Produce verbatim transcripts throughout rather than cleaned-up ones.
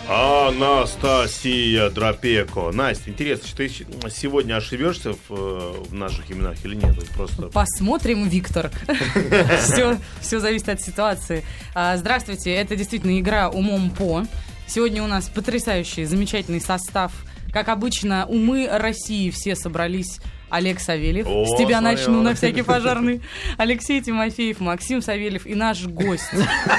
Анастасия Дропеко. Настя, интересно, что ты сегодня ошибешься в, в наших именах или нет? Просто... Посмотрим, Виктор. Все, все зависит от ситуации. Здравствуйте, это действительно игра «Умом по». Сегодня у нас потрясающий, замечательный состав. Как обычно, умы России все собрались. Олег Савельев, О, с тебя смотрю. Начну на всякий пожарный. Алексей Тимофеев, Максим Савельев и наш гость.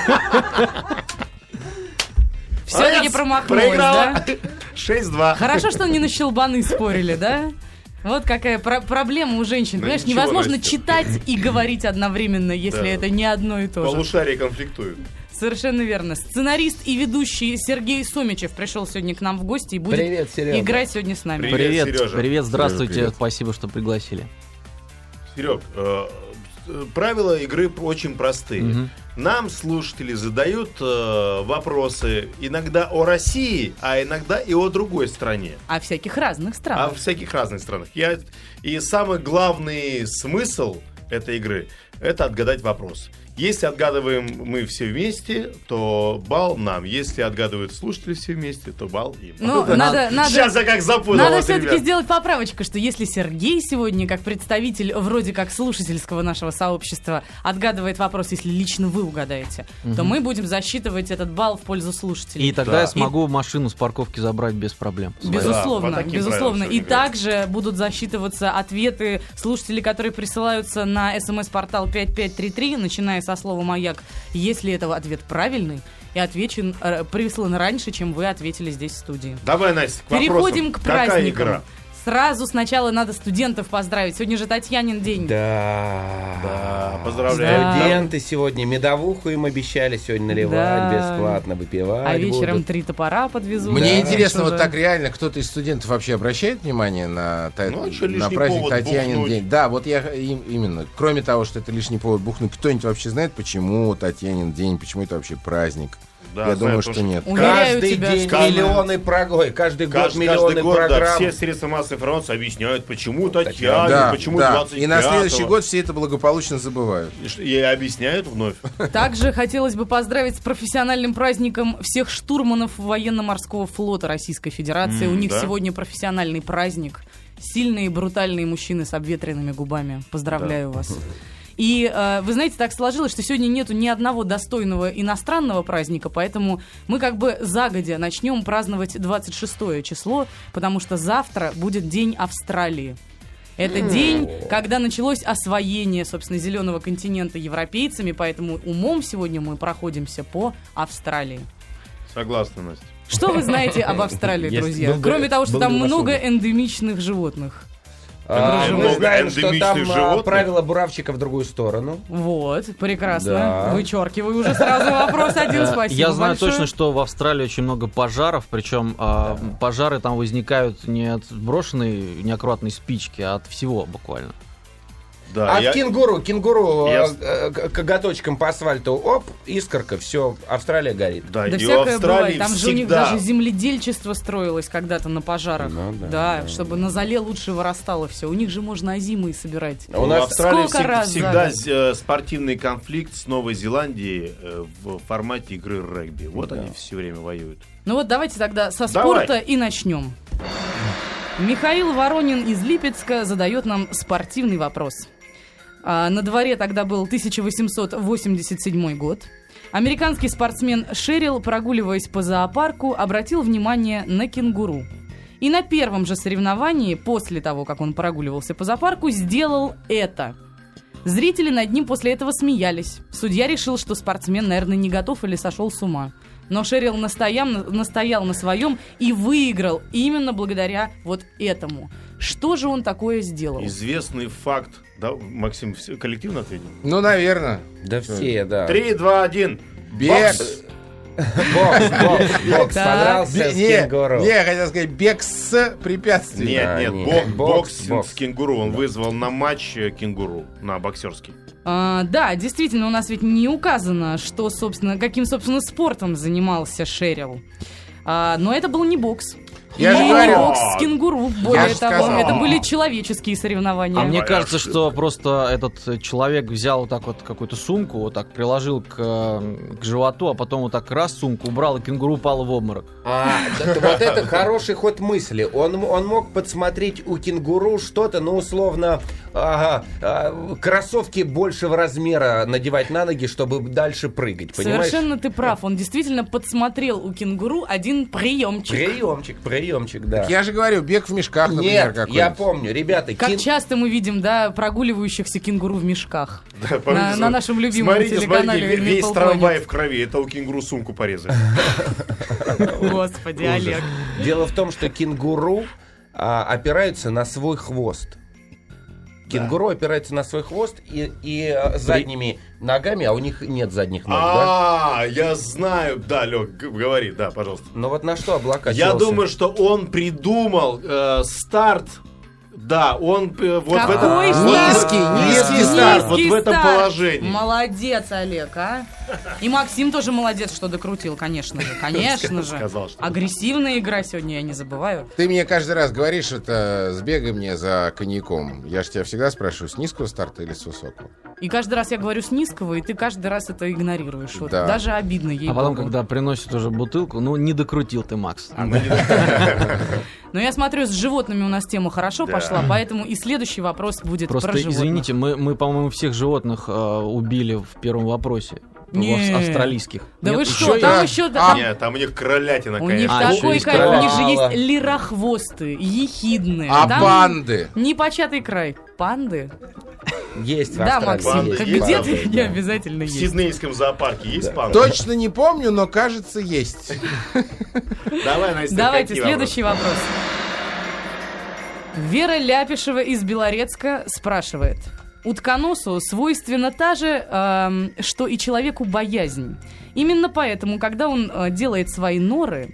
Все-таки промахнулась, да? шесть-два. Хорошо, что не на щелбаны спорили, да? Вот какая про- проблема у женщин. Понимаешь, невозможно Настя. Читать и говорить одновременно, если да. это не одно и то же. Полушария конфликтуют. Совершенно верно. Сценарист и ведущий Сергей Сомичев пришел сегодня к нам в гости и будет привет, играть сегодня с нами. Привет, привет, Сережа. Привет, здравствуйте, привет. Спасибо, что пригласили. Серег, э, правила игры очень простые. Угу. Нам слушатели задают э, вопросы иногда о России, а иногда и о другой стране. О всяких разных странах. О всяких разных странах. Я, и самый главный смысл этой игры – это отгадать вопрос. Если отгадываем мы все вместе, то балл нам. Если отгадывают слушатели все вместе, то балл им. Ну, надо, надо, Сейчас я как запутал. Надо вот, все-таки ребят. сделать поправочку, что если Сергей сегодня, как представитель вроде как слушательского нашего сообщества, отгадывает вопрос, если лично вы угадаете, угу. то мы будем засчитывать этот балл в пользу слушателей. И тогда да. я смогу И... машину с парковки забрать без проблем. Безусловно, да, безусловно. И также будут засчитываться ответы слушателей, которые присылаются на смс-портал пять пять три три, начиная со слова «Маяк», если это ответ правильный и отвечен, э, прислан раньше, чем вы ответили здесь в студии. Давай, Настя, к Переходим к праздникам. Какая игра? Сразу сначала надо студентов поздравить. Сегодня же Татьянин день. Да. Да, поздравляю. Да. Студенты сегодня медовуху им обещали сегодня наливать, да. бесплатно выпивать. А вечером будут. три топора подвезут. Мне да. интересно, Что вот же? так реально кто-то из студентов вообще обращает внимание на, та... ну, на праздник Татьянин день? Да, вот я им, именно. Кроме того, что это лишний повод бухнуть, кто-нибудь вообще знает, почему Татьянин день, почему это вообще праздник? Да, я знаю, думаю, что нет. Уверяю Каждый тебя, день что миллионы программ, каждый год каждый, миллионы каждый год, программ. да, все средства массовой информации объясняют, почему Татьяна, Да, почему да. двадцать пятого. И на следующий год все это благополучно забывают. И, и объясняют вновь. Также хотелось бы поздравить с профессиональным праздником всех штурманов военно-морского флота Российской Федерации. Mm, У них да? сегодня профессиональный праздник. Сильные, брутальные мужчины с обветренными губами. Поздравляю да. вас. И э, вы знаете, так сложилось, что сегодня нету ни одного достойного иностранного праздника, поэтому мы как бы загодя начнем праздновать двадцать шестое число, потому что завтра будет День Австралии. Это день, когда началось освоение, собственно, зеленого континента европейцами, поэтому умом сегодня мы проходимся по Австралии. Согласна, Настя. Что вы знаете об Австралии, друзья? Кроме того, что там много эндемичных животных. А, Там мы много знаем, что там животных. правило буравчика в другую сторону. Вот, прекрасно. Да. Вычеркиваю уже сразу вопрос один, спасибо Я знаю большое. точно, что в Австралии очень много пожаров, причем да. э, пожары там возникают не от брошенной неаккуратной спички, а от всего буквально. Да, а я... кенгуру, кенгуру Я... э, э, коготочком по асфальту, оп, искорка, все, Австралия горит. Да, Да и всякое Австралии бывает. Там всегда... же у них даже земледельчество строилось когда-то на пожарах. Ну, да, да, да, чтобы да. на зале лучше вырастало все. У них же можно озимые собирать. А у У нас Австралии сколько всег- раз всегда за э, спортивный конфликт с Новой Зеландией э, в формате игры регби. Вот Да. они все время воюют. Ну вот давайте тогда со Давай. спорта и начнем. Михаил Воронин из Липецка задает нам спортивный вопрос. А, на дворе тогда был тысяча восемьсот восемьдесят седьмой год. Американский спортсмен Шерил, прогуливаясь по зоопарку, обратил внимание на кенгуру. И на первом же соревновании, после того, как он прогуливался по зоопарку, сделал это. Зрители над ним после этого смеялись. Судья решил, что спортсмен, наверное, не готов или сошел с ума. Но Шерил настоял, настоял на своем и выиграл именно благодаря вот этому. Что же он такое сделал? Известный факт. Да, Максим, все коллективно ответил? Ну, наверное. Да все, да. Три, два, один. Бег. Бокс, бокс, бокс, Так. подрался Бе- с не, кенгуру. не, я хотел сказать, бег с препятствием. Нет, А, нет, нет. бок- Бокс, боксинг бокс. с кенгуру. Он вызвал на матч э, кенгуру, на боксерский. А, да, действительно, у нас ведь не указано, что, собственно, каким, собственно, спортом занимался Шерил. А, но это был не бокс. Я же И говорю. бокс с кенгуру, более же того, сказал. это были человеческие соревнования. А мне А кажется, я- что просто этот человек взял вот так вот какую-то сумку, вот так приложил к, э, к животу, а потом вот так раз сумку убрал, и кенгуру упал в обморок. А, да, да, вот это хороший ход мысли. Он, он мог подсмотреть у кенгуру что-то, ну, условно, ага, а, кроссовки большего размера надевать на ноги, чтобы дальше прыгать, понимаешь? Совершенно ты прав. Он действительно подсмотрел у кенгуру один приемчик. Приемчик, приемчик, да. Я же говорю, бег в мешках, например, Нет, какой-нибудь. я помню, ребята, Как кин- часто мы видим, да, прогуливающихся кенгуру в мешках. Да, На, помните, на нашем любимом смотрите, телеканале смотрите, весь Maple трамвай Planet. в крови. Это у кенгуру сумку порезали. Господи, Олег. дело в том, что кенгуру а, опираются на свой хвост. Кенгуру опирается на свой хвост и, и а, задними ногами, а у них нет задних ног, да? А, я знаю. Да, Лёг, г- говори, да, пожалуйста. Но вот на что облака? Я думаю, что он придумал э, старт. Да, он э, вот в этом... Какой вот- Низкий, низкий Низкий старт. Вот в этом старт. положении. Молодец, Олег, а? И Максим тоже молодец, что докрутил, конечно же, конечно же. Сказал, что- Агрессивная игра сегодня, я не забываю. Ты мне каждый раз говоришь, это сбегай мне за коньяком. Я же тебя всегда спрашиваю, с низкого старта или с высокого? И каждый раз я говорю с низкого, и ты каждый раз это игнорируешь. Вот Да. даже обидно ей. А потом, когда приносят уже бутылку, ну, не докрутил ты, Макс. А, ну, не- Но я смотрю, с животными у нас тема хорошо Да. пошла, поэтому и следующий вопрос будет Просто, про животных. извините, мы, мы по-моему, всех животных э, убили в первом вопросе. Не. В австралийских. Да Нет, вы что, еще там я- еще... А, там- Нет, там у них кролятина, У них конечно. А, такой еще кайф, у них же крала. есть лирохвосты, ехидные. А Там панды? непочатый край. Панды? Есть в Да, Австралии, Максим, Панды есть как есть, где-то панды, не да. обязательно В есть. Сиднейском зоопарке есть панды? Точно не помню, но кажется, есть. Давай, Настя, Давайте, какие следующий вопрос. Вера Ляпишева из Белорецка спрашивает. Утконосу свойственна та же, эм, что и человеку, боязнь. Именно поэтому, когда он э, делает свои норы,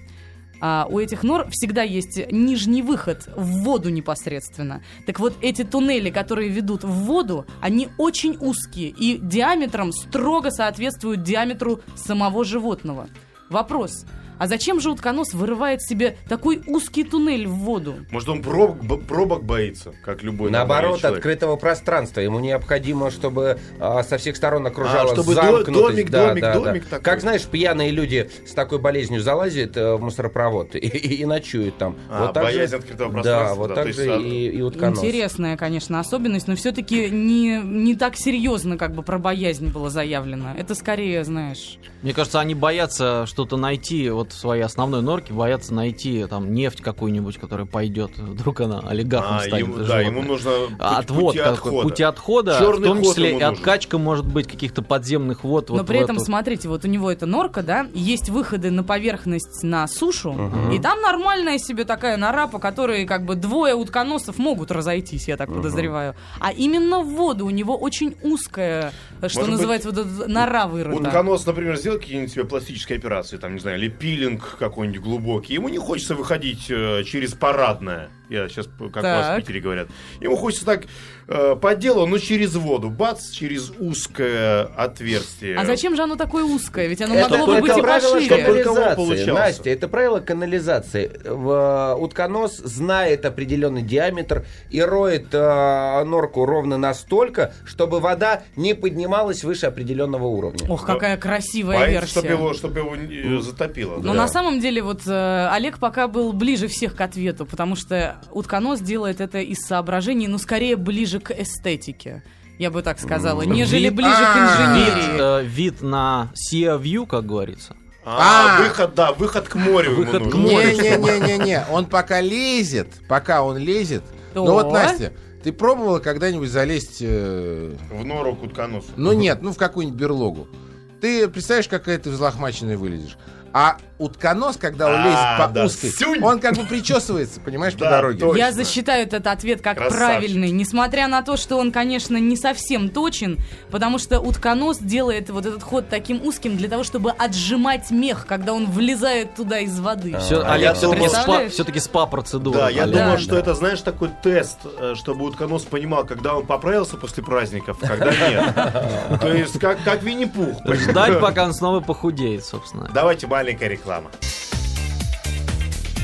а у этих нор всегда есть нижний выход в воду непосредственно. Так вот, эти туннели, которые ведут в воду, они очень узкие и диаметром строго соответствуют диаметру самого животного. Вопрос. А зачем же утконос вырывает себе такой узкий туннель в воду? Может, он пробок, б- пробок боится, как любой нормальный Наоборот, человек? открытого пространства. Ему необходимо, чтобы а, со всех сторон окружала А, чтобы до- замкнутость. домик, да, домик, да, домик да. такой. Как знаешь, пьяные люди с такой болезнью залазят э, в мусоропровод и, и- и ночуют там. А, так боязнь же- открытого Да, пространства, вот да, так то есть, же а, и, и утконос. Интересная, конечно, особенность, но все-таки не, не так серьезно как бы про боязнь было заявлено. Это скорее, знаешь... Мне кажется, они боятся что-то найти вот в своей основной норке, боятся найти там нефть какую-нибудь, которая пойдет. Вдруг она олигархом А, станет. ему, это да, животное. ему нужно А путь- Отвод, пути какой- отхода. пути отхода, Черный в том ход числе ему и нужен. откачка может быть каких-то подземных вод. Но вот при в этом, эту. смотрите, вот у него это норка, да, есть выходы на поверхность, на сушу, Мгм. и там нормальная себе такая нора, по которой как бы двое утконосов могут разойтись, я так подозреваю. А именно в воду у него очень узкая, что Может называется, вот эта нора вырыта. Утконос, например, сделал какие-нибудь себе пластические операции, там, не знаю, или пилинг какой-нибудь глубокий. Ему не хочется выходить э, через парадное. Я сейчас, как у вас Так. в Питере говорят. Ему хочется так э, по делу, но через воду. Бац, через узкое отверстие. А зачем же оно такое узкое? Ведь оно Это, могло бы быть это и правило пошире. чтобы- Только он канализации. получался. Настя, это правило канализации. В, э, утконос знает определенный диаметр и роет э, норку ровно настолько, чтобы вода не поднималась выше определенного уровня. Ох, какая красивая Боится, чтобы версия. его, чтоб его э, затопило. Но да. на самом деле вот э, Олег пока был ближе всех к ответу, потому что утконос делает это из соображений, ну, скорее ближе к эстетике, я бы так сказала, нежели Вид- ближе к А, Вид, инженерии. э, вид на Sea View, как говорится. А, А. выход, да, выход к морю. ему Выход к нужен. морю. Не-не-не-не-не, он пока лезет, пока он лезет. Ну вот, То. Настя, ты пробовала когда-нибудь залезть, э, В нору к утконосу. ну нет, ну в какую-нибудь берлогу? Ты представляешь, какая ты взлохмаченная выглядишь? А утконос, когда он А, лезет по да, узкой, сюнь! он как бы причесывается, понимаешь, по Да, дороге. точно. Я засчитаю этот ответ как Красавчик. правильный, несмотря на то, что он, конечно, не совсем точен, потому что утконос делает вот этот ход таким узким для того, чтобы отжимать мех, когда он влезает туда из воды. Все, А, Олег, я все-таки думал- спа, Представляешь? все-таки спа-процедура. Да, я Олег. думал, Да, что да. это, знаешь, такой тест, э, чтобы утконос понимал, когда он поправился после праздников, когда нет. То есть, как, как Винни-Пух. Ждать, пока он снова похудеет, собственно. Давайте маленькая реклама.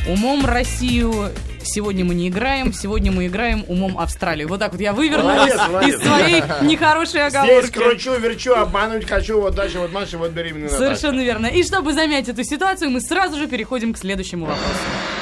Умом Россию сегодня мы не играем, сегодня мы играем умом Австралию. Вот так вот я вывернулась Молодец, молодец. из своей нехорошей Здесь оговорки. кручу, верчу, обмануть хочу, вот дальше, вот Маша, вот беременная Наташа. Совершенно верно. И чтобы замять эту ситуацию, мы сразу же переходим к следующему вопросу.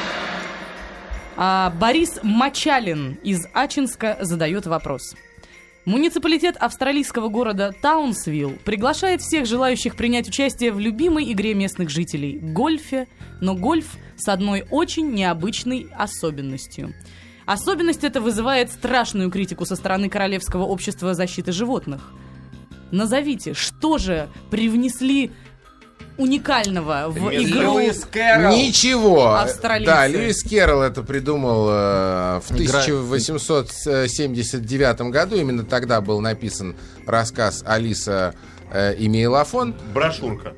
А, Борис Мачалин из Ачинска задает вопрос. Муниципалитет австралийского города Таунсвилл приглашает всех желающих принять участие в любимой игре местных жителей – гольфе, но гольф с одной очень необычной особенностью. Особенность эта вызывает страшную критику со стороны Королевского общества защиты животных. Назовите, что же привнесли уникального в игру? Льюис Кэрролл. Ничего. Австралийцы. Да, Льюис Кэрролл это придумал э, в Игра- тысяча восемьсот семьдесят девятом году. Именно тогда был написан рассказ «Алиса э, и Мейлофон». Брошюрка.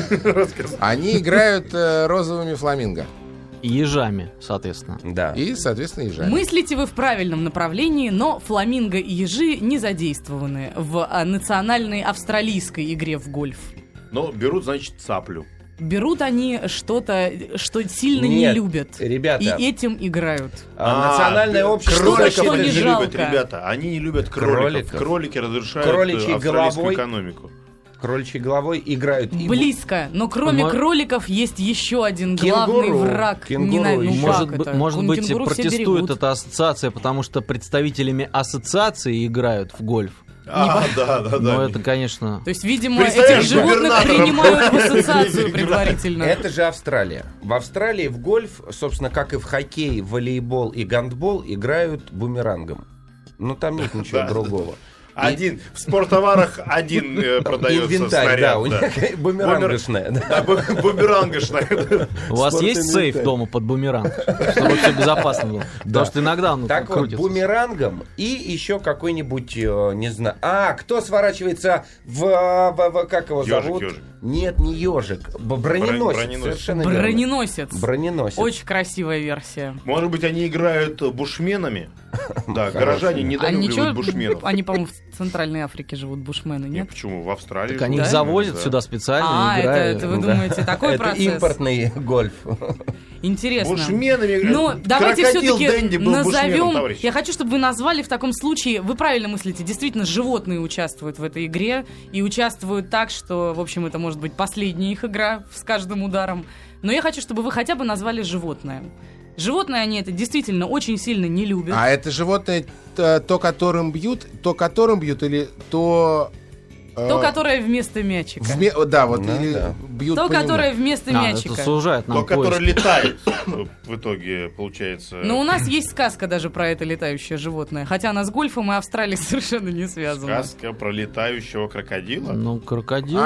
Они играют э, розовыми фламинго. И ежами, соответственно. Да. И, соответственно, езжали. Мыслите вы в правильном направлении, но фламинго и ежи не задействованы в а, национальной австралийской игре в гольф. Ну, берут, значит, цаплю. Берут они что-то, что сильно не Нет, любят. ребята. И этим играют. А, национальное б- общество Кроликов что они не не жалко. любят, ребята. Они не любят кроликов. Кроликов. Кролики разрушают Кроличьей э, австралийскую головой. экономику. кроличьей головой играют. И Близко, но кроме Мо- кроликов есть еще один главный Кенгуру. враг. Кенгуру Нена- ну еще. как Может, быть- это? может Вон быть, кенгуру все протестует берегут. эта ассоциация, потому что представителями ассоциации играют в гольф. А, да, да, да. Но это, конечно... То есть, видимо, Представляешь, этих животных губернатором принимают в ассоциацию играет. предварительно. Это же Австралия. В Австралии в гольф, собственно, как и в хоккей, волейбол и гандбол, играют бумерангом. Ну, там нет ничего Да. другого. Один, в спорттоварах один э, продается Инвентарь, снаряд. да, у да. них бумерангошная. да. Да, бу- бумерангошная. У вас Спорт есть имеет сейф так. дома под бумеранг, чтобы все безопасно было? Потому что иногда он Так вот, крутится. бумерангом и еще какой-нибудь, э, не знаю... А, кто сворачивается в... в- в- как его Ёжик, зовут? ёжик. Нет, не ежик. Б- Броненосец. броненосец. Совершенно верно. Броненосец. Броненосец. Очень красивая версия. Может быть, они играют бушменами? Да, Хорошо. горожане А недолюбливают ничего, бушменов. они, по-моему, в Центральной Африке живут, бушмены, Нет, нет? почему? В Австралии. Так они живут, их завозят да. сюда специально, А, это, играют. это вы Да. думаете, такой Это процесс? импортный гольф. Интересно. Бушменами. Ну, давайте Крокодил все-таки Дэнди был бушменом, назовем... товарищ. Я хочу, чтобы вы назвали в таком случае... Вы правильно мыслите, действительно, животные участвуют в этой игре. И участвуют так, что, в общем, это может быть последняя их игра с каждым ударом. Но я хочу, чтобы вы хотя бы назвали животное. Животные они это действительно очень сильно не любят. А это животное т- то, которым бьют, то, которым бьют, или то... э, То, которое вместо мячика. вме- Да, вот, Ну или да. бьют То, по нему. которое вместо А, мячика. это сужает нам То, который поиск. летает, в итоге, получается. Но у нас есть сказка даже про это летающее животное. Хотя она с гольфом и Австралией совершенно не связана. Сказка про летающего крокодила. Ну, крокодил,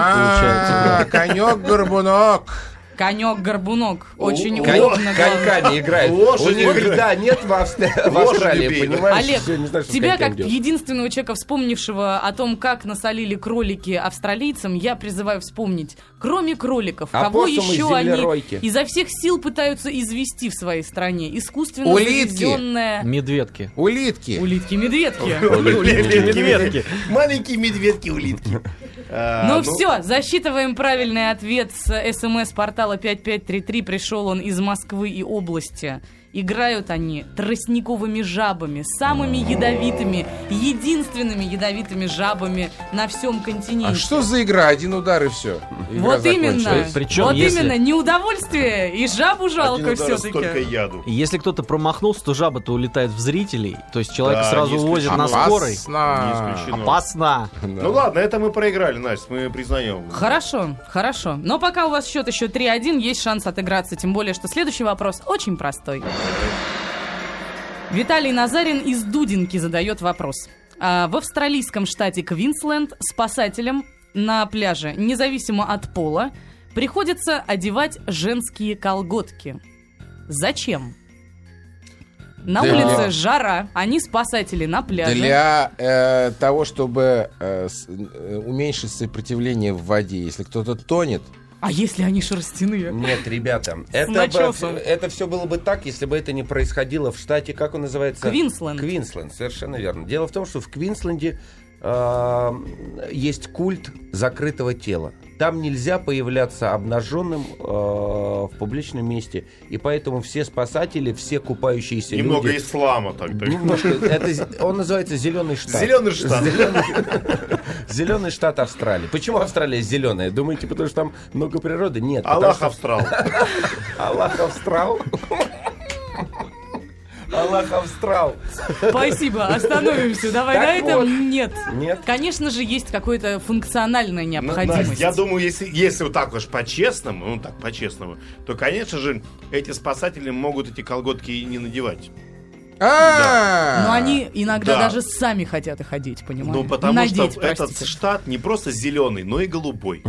А, получается. конек-горбунок. Конек-горбунок. Очень Конь- удобно. главное. Коньками играет. Лошади У них играют. льда нет в Австралии, в Лошади Австралии, бей, да. понимаешь? Олег, Всё, не знаю, что с тебя коньками как делать. единственного человека, вспомнившего о том, как насолили кролики австралийцам, я призываю вспомнить, кроме кроликов, кого Опоссумы, еще они землеройки. изо всех сил пытаются извести в своей стране? Искусственно Улитки. завезенная... Медведки. Улитки. Улитки-медведки. Медведки. Маленькие медведки-улитки. А, Ну все, засчитываем правильный ответ с смс-портала пять пять три три. Пришел он из Москвы и области. Играют они тростниковыми жабами, самыми ядовитыми, единственными ядовитыми жабами на всем континенте. А что за игра? Один удар и все. Вот именно, Причем, вот если- именно, неудовольствие и жабу жалко один удар, столько все-таки. яду. И если кто-то промахнулся, то жаба-то улетает в зрителей. То есть человека Да, сразу не увозят на исключено. скорой. Не исключено. Опасно. Ну ладно, это мы проиграли, Настя, мы признаем. Хорошо, хорошо. Но пока у вас счет еще три один, есть шанс отыграться. Тем более, что следующий вопрос очень простой. Виталий Назарин из Дудинки задает вопрос. А, в австралийском штате Квинсленд спасателям на пляже, независимо от пола, приходится одевать женские колготки. Зачем? На Для- улице жара, они спасатели на пляже. Для э, того, чтобы э, с- э, уменьшить сопротивление в воде. Если кто-то тонет, А если они шерстяные? Нет, ребята, это, начесом. бы, это все было бы так, если бы это не происходило в штате, как он называется? Квинсленд. Квинсленд, совершенно верно. Дело в том, что в Квинсленде э, есть культ закрытого тела. там нельзя появляться обнаженным э, в публичном месте. И поэтому все спасатели, все купающиеся Немного люди... ислама тогда. Немножко, это, он называется «Зеленый штат». Зеленый штат. Зеленый, зеленый штат Австралии. Почему Австралия зеленая? Думаете, потому что там много природы? Нет. Аллах потому что- Австрал. Аллах Австрал. Аллах Австрал. Спасибо, остановимся. Давай Так на этом. вот. Нет. Нет. Конечно же, есть какая-то функциональная Ну, необходимость. Настя, я думаю, если, если вот так уж по-честному, ну так по-честному, то, конечно же, эти спасатели могут эти колготки и не надевать. А, Но они иногда Да. даже сами хотят их одеть, понимаешь? Ну, потому Надеть, что этот простите. штат не просто зеленый, но и голубой.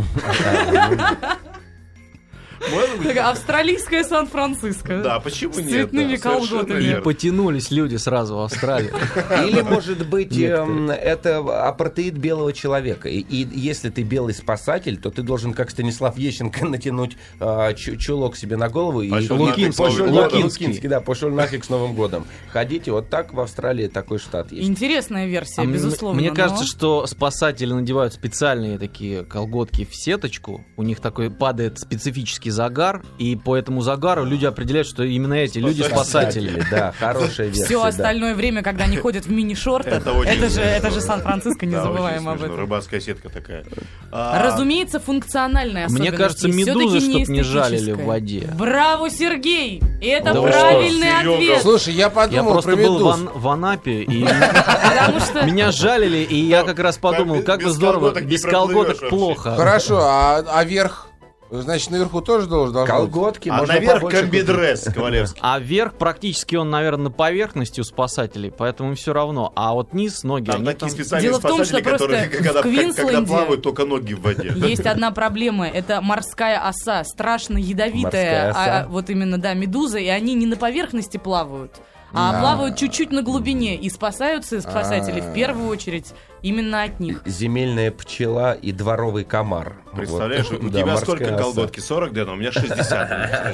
Может быть? Так, австралийская Сан-Франциско. Да, почему С нет? цветными Да, совершенно колготами. И верно. потянулись люди сразу в Австралию. Или, может быть, Некоторые. эм, это апартеид белого человека. И, и если ты белый спасатель, то ты должен, как Станислав Ещенко, натянуть а, чу- чулок себе на голову и Пошел нафиг с Новым пошел годом. нафиг, Лукинский, да, пошел нафиг с Новым годом. Ходите, вот так в Австралии такой штат есть. Интересная версия, А м- безусловно. Мне но- кажется, что спасатели надевают специальные такие колготки в сеточку. У них такой падает специфический загар, и по этому загару люди определяют, что именно эти люди спасатели. Да, хорошая версия. Все да. остальное время, когда они ходят в мини-шортах, Это очень это же, смешно. это же Сан-Франциско, не Да, забываем очень об смешно. этом. Рыбацкая сетка такая. А, Разумеется, функциональная особенность. Мне кажется, есть, медузы, всё-таки чтоб не жалили в эстетическая. воде. Браво, Сергей! И это Да вы правильный что, Серега? ответ. Слушай, я Я подумал просто про был в, медуз. Ан- в Анапе, и Потому что меня жалили, и я как раз подумал, без- как бы без здорово, колготок не без проплывешь колготок вообще. плохо. Хорошо, а, а верх? Значит, наверху тоже должен должно быть? Колготки а можно наверх побольше купить. комбидресс кавалерский. А верх практически он, наверное, на поверхности у спасателей, поэтому все равно. А вот низ, ноги, Там они такие там... специальные Дело в том, спасатели, что просто которые, в когда, как- когда Квинсленде плавают, только ноги в воде. есть одна проблема. Это морская оса, страшно ядовитая. Морская оса. А, вот именно, да, медуза, и они не на поверхности плавают, а Да. плавают чуть-чуть на глубине. И спасаются спасатели в первую очередь именно от них. Земельная пчела и дворовый комар. Представляешь, Вот. у Да, тебя морская сколько оса. колготки? сорок, Дэн, а у меня шестьдесят.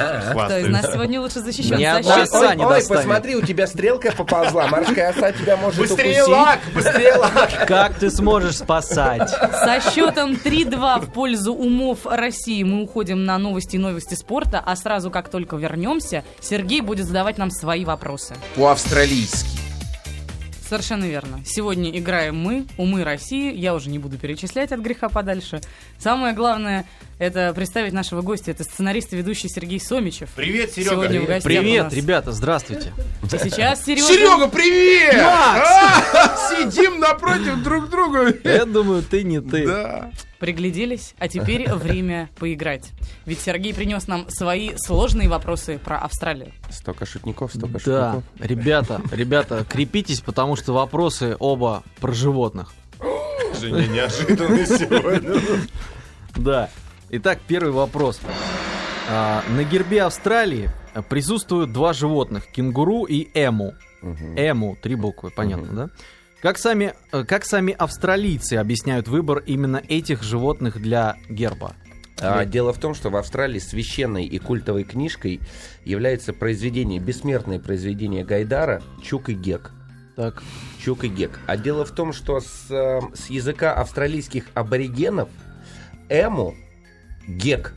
Кто из нас сегодня лучше защищен? Мне Со одна счет- оса Ой, не ой, достанет. посмотри, у тебя стрелка поползла. Морская оса тебя может Быстрее укусить. лак, быстрее лак. Как ты сможешь спасать? Со счетом три-два в пользу умов России мы уходим на новости и новости спорта, а сразу как только вернемся, Сергей будет задавать нам свои вопросы. По-австралийски. Совершенно верно. Сегодня играем мы, умы России. Я уже не буду перечислять от греха подальше. Самое главное — это представить нашего гостя. Это сценарист и ведущий Сергей Сомичев. Привет, Серега. Сегодня в Привет. гостях у Привет, нас. ребята, здравствуйте. И сейчас Сережа... Серега, привет! А, сидим напротив друг друга. Я думаю, ты не ты. Да. Пригляделись, а теперь время поиграть. Ведь Сергей принес нам свои сложные вопросы про Австралию. Столько шутников, столько Да, шутников. ребята, ребята, крепитесь, потому что вопросы оба про животных. Женя, неожиданно сегодня. Да. Итак, первый вопрос. А, на гербе Австралии присутствуют два животных: кенгуру и эму. Эму, три буквы, понятно, да? Как сами, э, как сами австралийцы объясняют выбор именно этих животных для герба? А, дело в том, что в Австралии священной и культовой книжкой является произведение, бессмертное произведение Гайдара «Чук и Гек». Так. Чук и Гек. А дело в том, что с, э, с языка австралийских аборигенов эму — гек.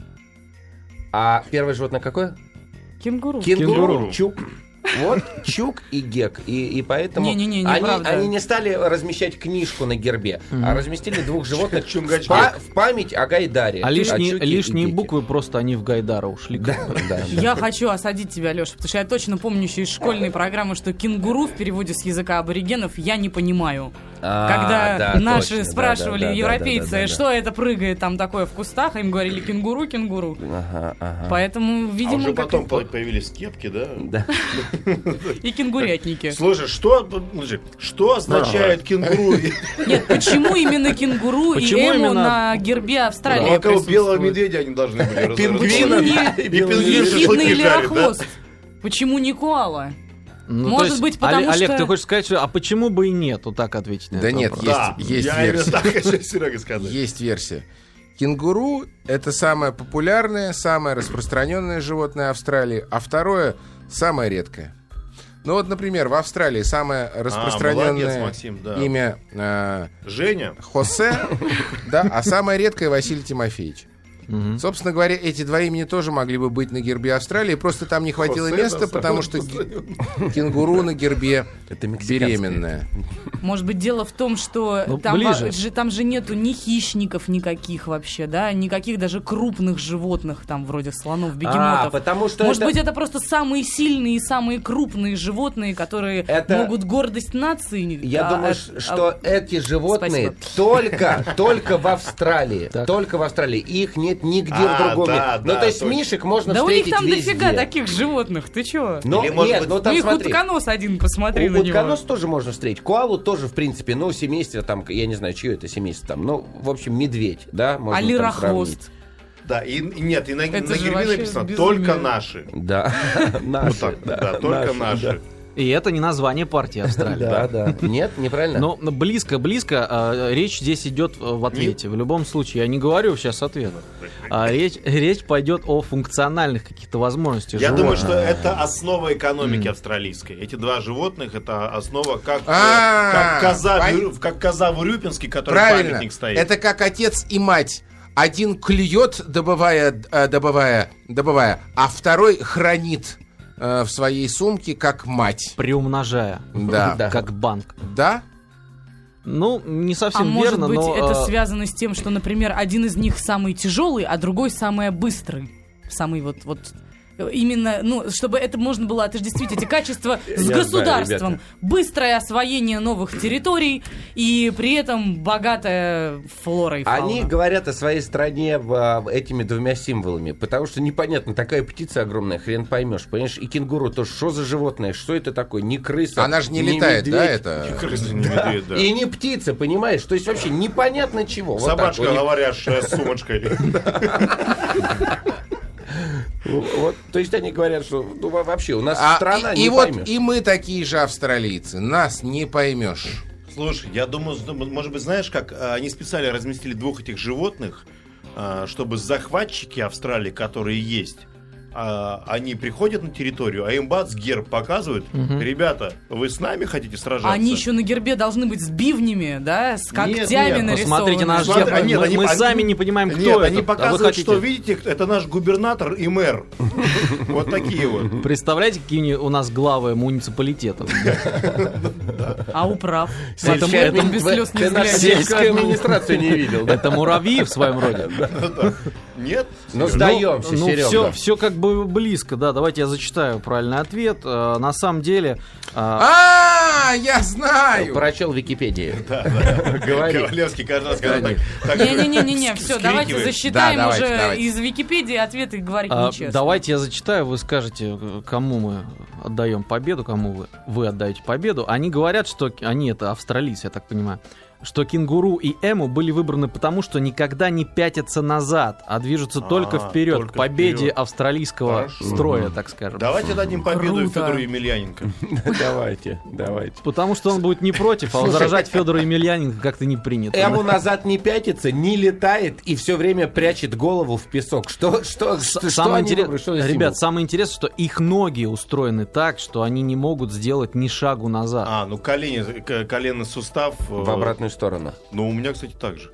А первое животное какое? Кенгуру. Кенгуру. Кенгуру. Чук. Вот чук и гек. И, и поэтому Не-не-не, они, неправда. они не стали размещать книжку на гербе, а разместили двух животных в, Чунгачгек. па- в память о Гайдаре. А О лишние, Чуке и лишние Геке. буквы просто они в Гайдара ушли. Да, да, да. Я хочу осадить тебя, Леша, потому что я точно помню еще из школьной программы, что кенгуру в переводе с языка аборигенов я не понимаю. А, Когда да, наши точно, да, спрашивали да, да, европейцы, да, да, да. что это прыгает там такое в кустах, а им говорили кенгуру, кенгуру. Ага, ага. Поэтому, А видимо, уже как потом и- по- появились кепки, да? Да. и кенгурятники. Слушай, что, подожди, что означает кенгуру? Нет, почему именно кенгуру и Почему эму именно- на гербе Австралии Ну, а кого белого присутствуют? медведя они должны были раз- Почему разрушать? не И пингвин ехидный шашлыки или жарит, да? рахвост? Почему не коала? Ну, Может то есть, быть, потому Оле- Олег, что- ты хочешь сказать, что а почему бы и нет? Вот так ответить на Да этот нет, вопрос. Да, Есть- есть я именно версия. так хочу Серега сказать. Есть версия. Кенгуру — это самое популярное, самое распространенное животное Австралии, а второе — самое редкое. Ну вот, например, в Австралии самое молодец, распространенное Максим, да. имя э, Женя? Хосе, да, а самое редкое — Василий Тимофеевич. Мгм. Собственно говоря, эти два имени тоже могли бы быть на гербе Австралии, просто там не хватило Хосе, места, да, потому что ге- кенгуру на гербе Это мексиканское. беременная. Может быть, дело в том, что Ну, там, ближе. во- же, там же нету ни хищников никаких вообще, да, никаких даже крупных животных, там, вроде слонов, бегемотов. А, потому что Может это- быть, это просто самые сильные и самые крупные животные, которые Это- могут гордость нации. Я а, думаю, а- ш- что эти животные Спасибо. только, только в Австралии. Так. Только в Австралии. Их нет нигде А, в другом да, месте. Ну, да, то есть точно. мишек можно Да у них встретить там везде. дофига таких животных, ты чё? Ну, Или, может нет, быть, ну Ну, там их смотри. утконос один, посмотри на У него. утконос тоже можно встретить. Коалу тоже, в принципе, ну, семейство там, я не знаю, чье это семейство там. Ну, в общем, медведь, да, можно А там лирохвост? сравнить. Да, и, и нет, и на, Это на же гербе вообще написано безумие. «Только наши». Да, Вот наши. так, да, только наши. И это не название партии Австралии. Да, да. Нет, неправильно? Но но близко, близко, а, речь здесь идет э, в ответе. В любом случае, я не говорю сейчас ответ. А, речь, речь пойдет о функциональных каких-то возможностях Я думаю, животных. что это основа экономики австралийской. Эти два животных — это основа, как, э, А, как, коза, в пон- Юр- как коза в Урюпинске, который Правильно. памятник стоит. Это как отец и мать. Один клюет, добывая, э, добывая, добывая, а второй хранит э, в своей сумке, как мать. Приумножая, Да. Да. как банк. Да? Ну, не А совсем может верно, быть, но... это э, связано с тем, что, например, один из них самый тяжелый, а другой самый быстрый. Самый вот, вот именно, ну, чтобы это можно было отождествить эти качества с Я знаю, государством. ребята. Быстрое освоение новых территорий и при этом богатая флора и фауна. Они говорят о своей стране в, в этими двумя символами, потому что непонятно, такая птица огромная, хрен поймешь, понимаешь, и кенгуру тоже, что за животное, что это такое, не крыса, Она же не летает, да, медведь, это? Крыса не медведь, да. и не птица, понимаешь, то есть вообще непонятно чего. Вот так Собачка, вот. говорящая с сумочкой. Вот, то есть они говорят, что ну, во- вообще у нас А, страна, и не и вот поймешь. и мы такие же австралийцы. Нас не поймешь. Слушай, я думаю, с- может быть, знаешь, как а, они специально разместили двух этих животных, а, чтобы захватчики Австралии, которые есть, а, они приходят на территорию, а им бац, герб показывают. Ребята, вы с нами хотите сражаться? Они еще на гербе должны быть с бивнями, да, с Нет, когтями нет, нарисованы. Посмотрите наш Смотри, герб. а нет, мы они- мы они- сами не понимаем, кто Нет, это. они А вы показывают, хотите- что, видите, это наш губернатор и мэр. Вот такие вот. Представляете, какие у нас главы муниципалитетов? А управ. Сельская Поэтому это адми- без слез не Ты нашу взглянешь. сельскую администрацию не видел, да? Это муравьи в своем роде. Нет? Ну, Серёж? сдаемся, Ну, Серега. все, все как бы близко, да. Давайте я зачитаю правильный ответ. Э, На самом деле, э, А, я знаю. Прочел Википедии. Да, да. Говори. Ковалевский каждый раз, когда так... так Не-не-не, все, давайте вскрикивает. засчитаем Да, давайте, уже давайте. из Википедии ответы говорить а, нечестно. давайте я зачитаю, вы скажете, э, кому мы отдаем победу, кому вы, вы отдаете победу. Они говорят, что они это австралийцы, я так понимаю, что кенгуру и эму были выбраны потому, что никогда не пятятся назад, а движутся А, только вперед, только к победе вперед. австралийского Хорошо. строя, так скажем. Давайте дадим победу Круто. Федору Емельяненко. Давайте, давайте. Потому что он будет не против, а возражать Федору Емельяненко как-то не принято. Эму назад не пятится, не летает и все время прячет голову в песок. Что, что, С- что, что самое они интерес- выбрали? Что за Ребят, символ? самое интересное, что их ноги устроены так, что они не могут сделать ни шагу назад. А, ну колени, к- коленный сустав... э, В обратную сторону. Ну, у меня, кстати, так же.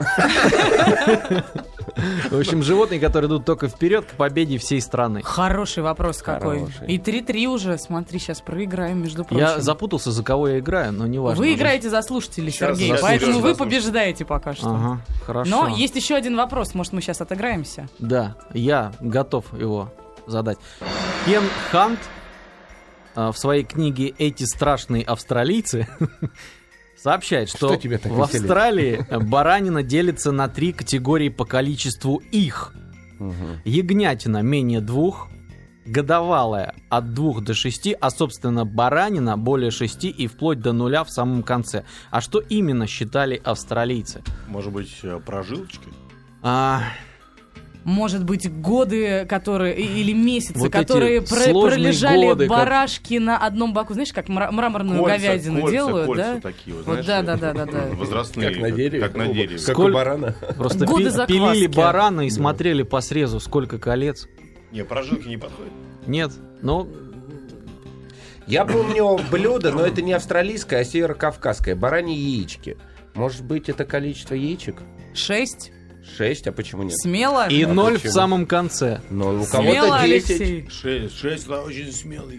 В общем, животные, которые идут только вперед к победе всей страны. Хороший вопрос какой. Хороший. И три-три уже, смотри, сейчас проиграем, между прочим. Я запутался, за кого я играю, но не важно. Вы играете за слушателей, Сейчас Сергей, за поэтому слушателей, вы за слушателей. побеждаете пока что. Ага, хорошо. Но есть еще один вопрос, может, мы сейчас отыграемся? Да, я готов его задать. Кен Хант а, в своей книге «Эти страшные австралийцы» сообщает, что, Что тебя так в веселит? Австралии баранина делится на три категории по количеству их. Ягнятина менее двух, годовалая от двух до шести, а, собственно, баранина более шести и вплоть до нуля в самом конце. А что именно считали австралийцы? Может быть, э, прожилочки? А, Может быть, годы, которые и- или месяцы, Вот эти которые про- сложные пролежали годы, как- барашки на одном боку. Знаешь, как мра- мраморную Кольца, говядину кольца, делают, кольца да? такие, вот, Вот знаешь, да, да, да, да, да. Возрастные. Как на дереве. Как на дереве. Как Сколь- у барана. просто Годы пи- закваски. пилили барана и смотрели по срезу, сколько колец. Не, прожилки не подходят. Нет, ну, Я помню блюдо, но это не австралийское, а северокавказское. Бараньи яички. Может быть, это количество яичек? Шесть? Шесть, а почему нет? Смело? И А ноль почему? в самом конце. Но у Смело, кого-то десять. Алексей. Шесть, шесть, да, очень смелый.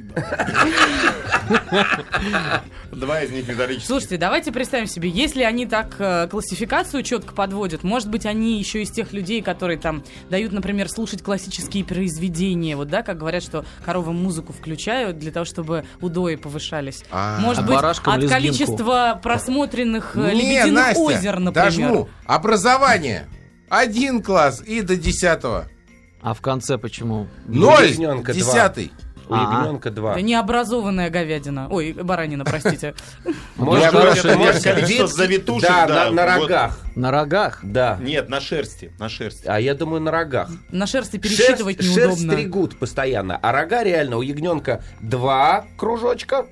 Два из них металлические. Слушайте, давайте представим себе, если они так э, классификацию четко подводят, может быть, они еще из тех людей, которые там дают, например, слушать классические произведения, вот, да, как говорят, что коровам музыку включают для того, чтобы удои повышались. А, Может а быть, барашкам от лезгинку. количества просмотренных э, Не, «Лебединых Настя, озер», например. дожму. Образование. Один класс и до десятого. А в конце почему? Ноль. ягненка два. Десятый. У А. ягненка два. Это необразованная говядина. Ой, баранина, простите. Может Я быть, говорю, хорошая это может версия. количество вид- завитушек, Да, да, на, на вот. рогах. На рогах? Да. Нет, на шерсти, на шерсти. А я думаю, на рогах. На шерсти пересчитывать Шерсть, шерсть неудобно. стригут постоянно. А рога реально у ягненка два кружочка.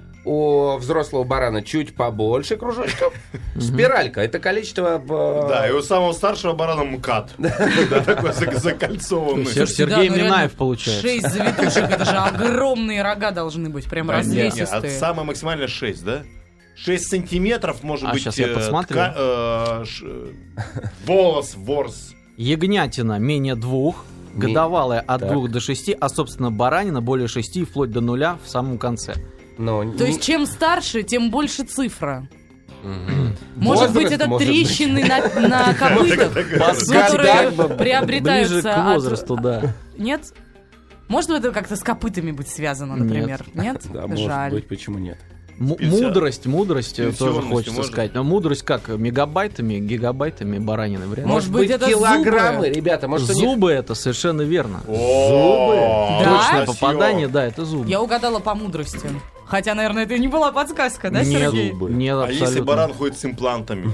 У взрослого барана чуть побольше кружочков. Спиралька. Это количество... э, Да, и у самого старшего барана МКАД. Да, такой зак- закольцованный. Все, Слушайте, Сергей да, ну Минаев реально, получается. Шесть завитушек, это же огромные рога должны быть, прям Да, нет, нет, развесистые. от самое максимально шесть, да? шесть сантиметров может А, быть щас я э, посмотрю. тка- э, ш- э, волос, ворс. Ягнятина менее двух, годовалая от Так. двух до шести, а, собственно, баранина более шести, вплоть до нуля в самом конце. Но То не- есть чем старше, тем больше цифра. Мгм. Может Возраст, быть, это может трещины на, на копытах, которые годах бы приобретаются Ближе к от- возрасту, да. Нет? Может это как-то с копытами быть связано, например? Нет? Да, может Жаль. быть, почему нет? М- Пенсия- Мудрость, мудрость э, тоже пенсионности хочется можно? сказать. Но мудрость как? Мегабайтами, гигабайтами баранины вряд ли. Может быть, это килограммы, зубы? ребята, может, у них- Зубы это совершенно верно. О, Да? Точное красиво. попадание, да, это зубы. Я угадала по мудрости. Хотя, наверное, это не была подсказка, да, Нет, Сергей? нет, А абсолютно. если баран ходит с имплантами?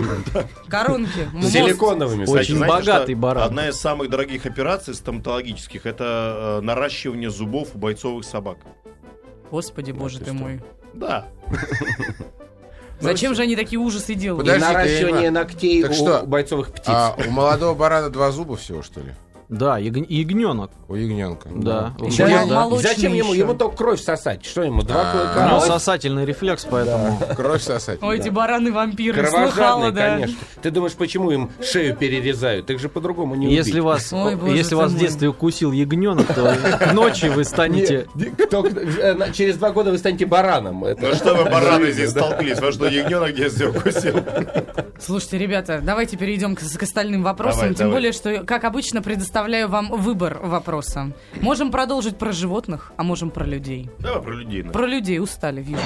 Коронки. С Мозг. силиконовыми. Очень Кстати, знаете, богатый что баран. Одна из самых дорогих операций стоматологических — это э, наращивание зубов у бойцовых собак. Господи, боже ты мой. Да. Зачем же они такие ужасы И делают? Подожди, наращивание я не понимаю. ногтей Так у что? бойцовых птиц. А у молодого барана два зуба всего, что ли? Да, ягн- ягненок. У ягненка. Да. Еще Да, мол- да. молочный Зачем ему? еще. Ему только кровь сосать. Что ему? Два А. У клыка. него Ой, сосательный рефлекс, поэтому... Кровь сосать. Ой, эти бараны-вампиры, Кровожадный, слыхала, да? конечно. Ты думаешь, почему им шею перерезают? Их же по-другому не Если убить. вас, Ой, боже если ты вас в мой. детстве укусил ягненок, то к ночи вы станете... Кто- э, на- через два года вы станете бараном. Это- Ну что вы, бараны, здесь столкнулись? Во что, ягненок детстве укусил? Слушайте, ребята, давайте перейдем к, к остальным вопросам. Давай, Тем давай. более, что, как обычно, предоставляю вам выбор вопроса. Можем продолжить про животных, а можем про людей. Давай про людей. Настя. Про людей устали, вижу.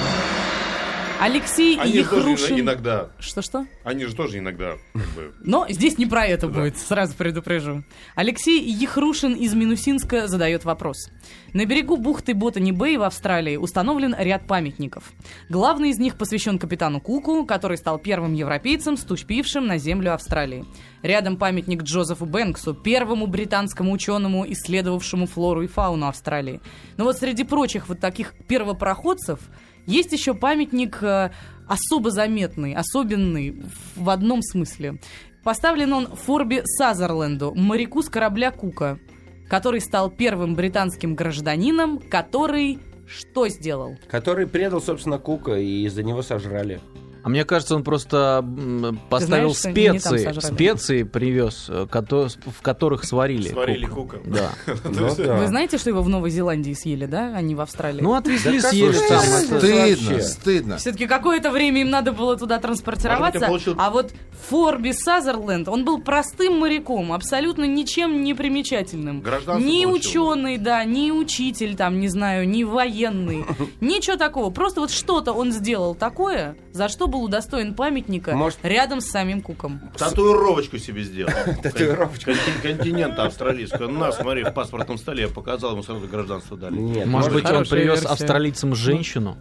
Алексей Они же тоже Ехрушин... иногда... Что-что? Они же тоже иногда... как бы, Но здесь не про это будет, сразу предупрежу. Алексей Ехрушин из Минусинска задает вопрос. На берегу бухты Ботани-Бэй в Австралии установлен ряд памятников. Главный из них посвящен капитану Куку, который стал первым европейцем, ступившим на землю Австралии. Рядом памятник Джозефу Бэнксу, первому британскому ученому, исследовавшему флору и фауну Австралии. Но вот среди прочих вот таких первопроходцев есть еще памятник э, особо заметный, особенный в- в одном смысле. Поставлен он Форби Сазерленду, моряку с корабля Кука, который стал первым британским гражданином, который что сделал? Который предал, собственно, Кука, и из-за него сожрали. А мне кажется, он просто м, поставил знаешь, что не там специи, сожрали? специи привез, э, кото- в которых сварили. Сварили кука. Кука. Да. Ну да. Вы знаете, что его в Новой Зеландии съели, да? А не в Австралии. Ну, отвезли, Да как съели вы там. знаете? это- Стыдно, вообще. стыдно. Все-таки какое-то время им надо было туда транспортироваться. Может быть, он получил- А вот Форби Сазерленд, он был простым моряком, абсолютно ничем не примечательным. Гражданство Ни получил. ученый, да, ни учитель, там, не знаю, ни военный. Ничего такого. Просто вот что-то он сделал такое, за что был удостоен памятника Может- рядом с самим Куком. Татуировочку себе сделал. Татуировочку. Кон- Континента австралийского. На, смотри, в паспортном столе я показал, ему сразу гражданство дали. Нет, Может быть, он Хорошая привез версия. австралийцам женщину?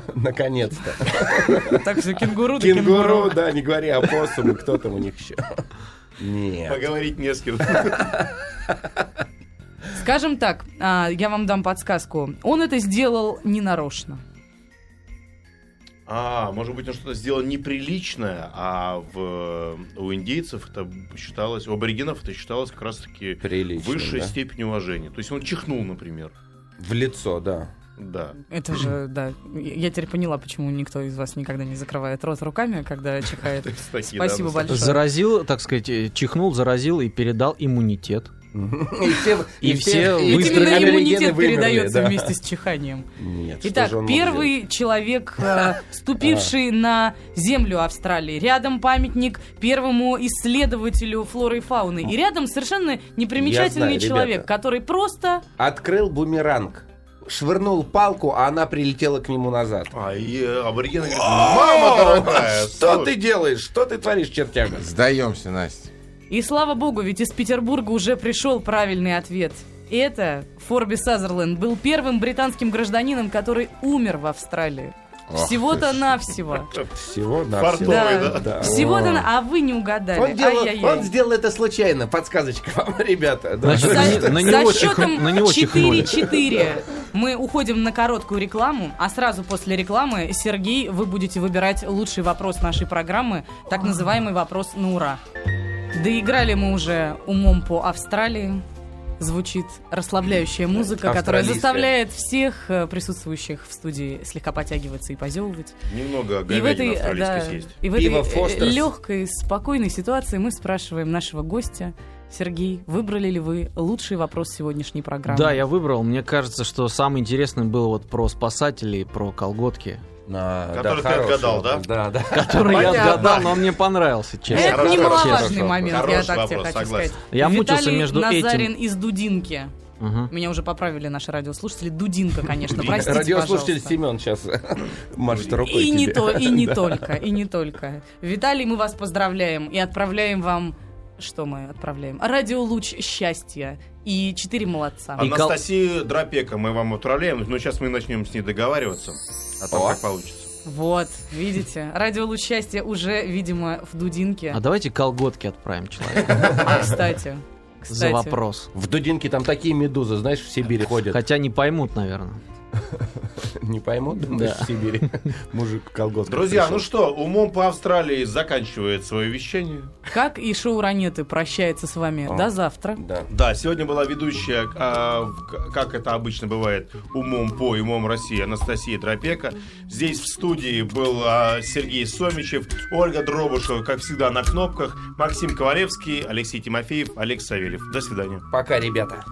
наконец-то. Так что кенгуру да Кенгуру, да, не говори о опоссумы, кто там у них еще. Нет. Поговорить не с кем. Скажем так, а, я вам дам подсказку. Он это сделал ненарочно. А, может быть, он что-то сделал неприличное, а в, у индейцев это считалось, у аборигенов это считалось как раз-таки Прилично, высшей да? степенью уважения. То есть он чихнул, например. В лицо, да. Да. Это же, да. Я теперь поняла, почему никто из вас никогда не закрывает рот руками, когда чихает. Такие, Спасибо да, большое. Заразил, так сказать, чихнул, заразил и передал иммунитет. И все, И все Ведь выстрелили. именно аборигены иммунитет вымерли, передается да. вместе с чиханием. Нет, что Итак, же он мог первый человек, э, ступивший на землю Австралии. Рядом памятник первому исследователю флоры и фауны. И рядом совершенно непримечательный Я знаю, человек, ребята. который просто... Открыл бумеранг, швырнул палку, а она прилетела к нему назад. А и э, аборигены говорят, мама дорогая, Что слушай». ты делаешь? Что ты творишь, чертяга? Сдаемся, Настя. И слава богу, ведь из Петербурга уже пришел правильный ответ. Это Форби Сазерленд был первым британским гражданином, который умер в Австралии. Ох Всего-то ты ж. навсего. Всего на Фартовый, Да. да? Всего-то, О. на- а вы не угадали. Он, делал, Ай-яй-яй. он сделал это случайно. Подсказочка вам, ребята. Да. Значит, За, на, на за него, счетом чих- на него чихнули. четыре-четыре мы уходим на короткую рекламу, а сразу после рекламы, Сергей, вы будете выбирать лучший вопрос нашей программы, так называемый вопрос на ура. Доиграли мы уже умом по Австралии. Звучит расслабляющая музыка, которая Австралийская. заставляет всех э, присутствующих в студии слегка потягиваться и позевывать. Немного И в говядины этой, австралийской да, съесть. и в Пиво этой Фостерс. легкой, спокойной ситуации мы спрашиваем нашего гостя. Сергей, выбрали ли вы лучший вопрос сегодняшней программы? Да, я выбрал. Мне кажется, что самый интересный был вот про спасателей, про колготки. На- Который да, ты хороший отгадал, вопрос. Да, да. Который я Понятно. отгадал, но он мне понравился, честно. Это Хорошо, немаловажный хорошо. момент, Хороший я так тебе вопрос, хочу согласен. сказать. Я мучился Виталий между Назарин этим. из Дудинки. Мгм. Меня уже поправили наши радиослушатели. Дудинка, конечно, Дудинка. простите, Радиослушатель пожалуйста. Семен сейчас машет рукой И не, тебе. то, и не только, и не только. Виталий, мы вас поздравляем и отправляем вам... Что мы отправляем? Радиолуч счастья. И четыре молодца. И кол- Анастасию Дропека мы вам отправляем, но сейчас мы начнем с ней договариваться. А там О. как получится. Вот, видите, радиолуч счастья уже, видимо, в Дудинке. А давайте колготки отправим человеку А, кстати, за кстати. вопрос. В Дудинке там такие медузы, знаешь, в Сибири ходят. Хотя не поймут, наверное. Не поймут, думаешь, Да. в Сибири. Мужик в колготках Друзья, пришел. ну что, умом по Австралии заканчивает свое вещание. Как и шоу «Ранеты» прощается с вами О. до завтра. Да. Да, сегодня была ведущая, а, в- как это обычно бывает, умом по умом России, Анастасия Дропека. Здесь в студии был а, Сергей Сомичев, Ольга Дробушева, как всегда, на кнопках, Максим Ковалевский, Алексей Тимофеев, Олег Савельев. До свидания. Пока, ребята.